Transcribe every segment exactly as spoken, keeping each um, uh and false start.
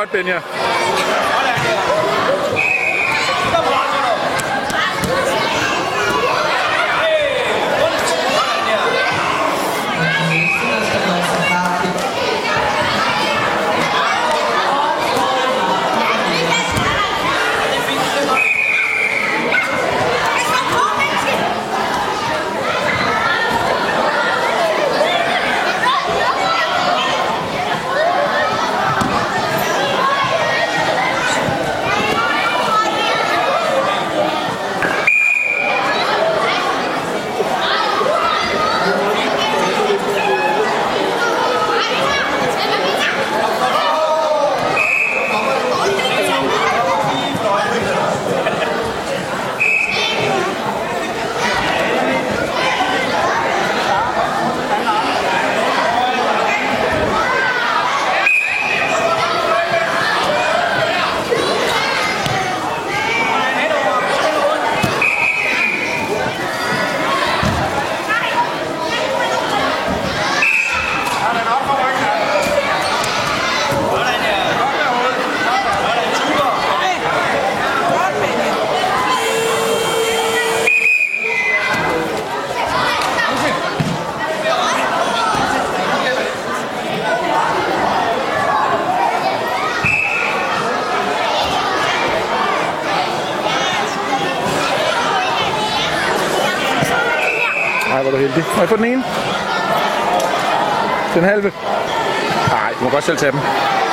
Godt, Benja. Ej, hvor er du heldig. Må jeg få den ene? Den halve? Nej, du må godt selv tage dem.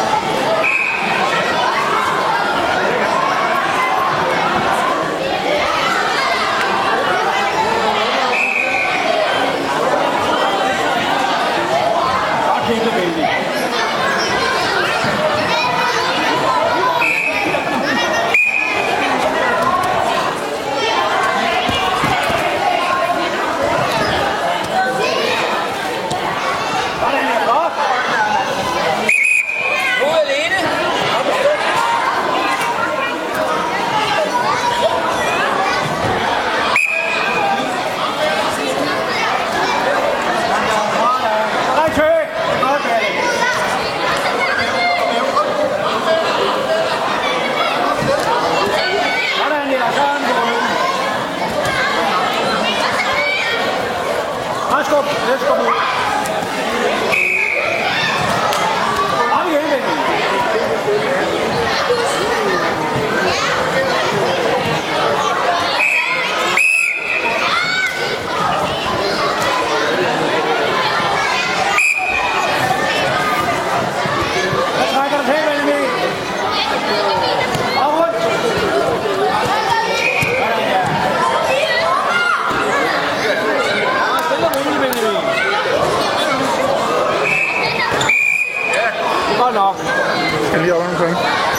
Skal lige op omkring.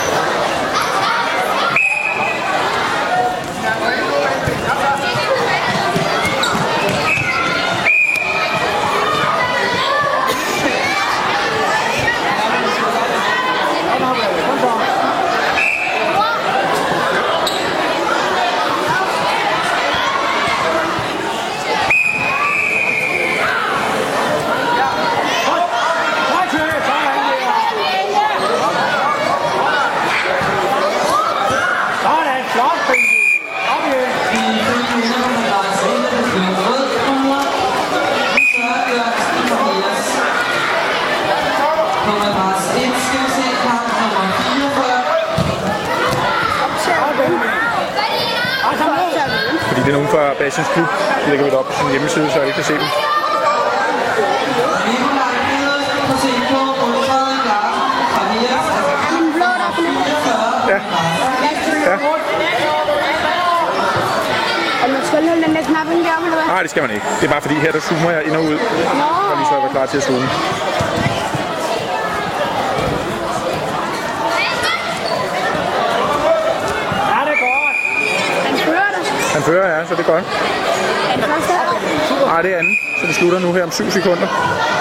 Fordi det er nogen fra Bastians klub, så lægger vi det op på sin hjemmeside, så I kan se dem. Ja. Ja. Og man skal holde den der knap ind der, eller hvad? Nej, det skal man ikke. Det er bare fordi, her der zoomer jeg ind og ud, og lige så er jeg klar til at zoome. Han fører, ja, så det er godt. Er det første? Nej, det er anden, så det slutter nu her om syv sekunder.